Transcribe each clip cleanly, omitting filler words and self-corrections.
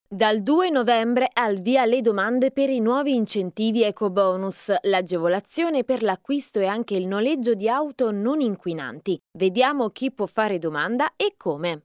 Dal 2 novembre al via le domande per i nuovi incentivi ecobonus, l'agevolazione per l'acquisto e anche il noleggio di auto non inquinanti. Vediamo chi può fare domanda e come.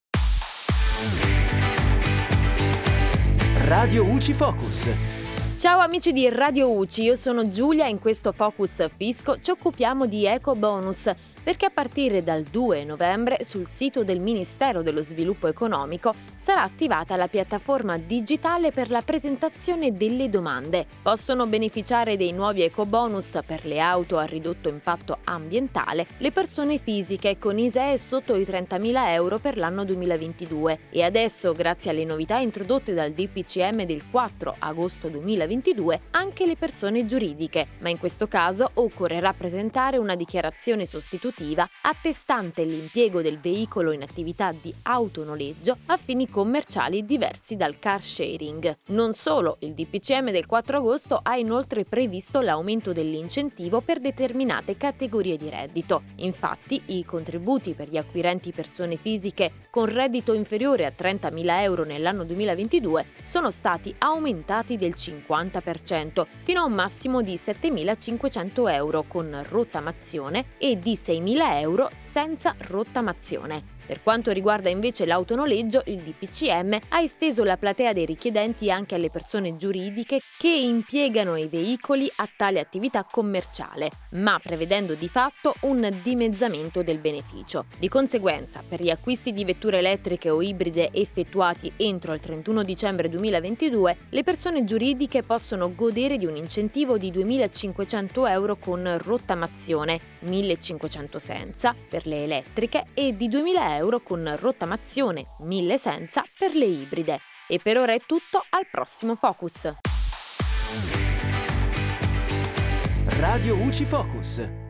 Radio UCI Focus. Ciao amici di Radio UCI, io sono Giulia e in questo Focus Fisco ci occupiamo di ecobonus perché a partire dal 2 novembre sul sito del Ministero dello Sviluppo Economico sarà attivata la piattaforma digitale per la presentazione delle domande. Possono beneficiare dei nuovi ecobonus per le auto a ridotto impatto ambientale le persone fisiche con ISEE sotto i 30.000 euro per l'anno 2022 e adesso, grazie alle novità introdotte dal DPCM del 4 agosto 2022, anche le persone giuridiche, ma in questo caso occorrerà presentare una dichiarazione sostitutiva attestante l'impiego del veicolo in attività di autonoleggio a fini commerciali diversi dal car sharing. Non solo, il DPCM del 4 agosto ha inoltre previsto l'aumento dell'incentivo per determinate categorie di reddito. Infatti, i contributi per gli acquirenti persone fisiche con reddito inferiore a 30.000 euro nell'anno 2022 sono stati aumentati del 50% fino a un massimo di 7.500 euro con rottamazione e di 6.000 euro senza rottamazione. Per quanto riguarda invece l'autonoleggio, il DPCM ha esteso la platea dei richiedenti anche alle persone giuridiche che impiegano i veicoli a tale attività commerciale, ma prevedendo di fatto un dimezzamento del beneficio. Di conseguenza, per gli acquisti di vetture elettriche o ibride effettuati entro il 31 dicembre 2022, le persone giuridiche possono godere di un incentivo di 2.500 euro con rottamazione, 1.500 senza per le elettriche e di 2.000 euro con rottamazione, 1.000 senza per le ibride. E per ora è tutto, al prossimo Focus. Radio UCI Focus.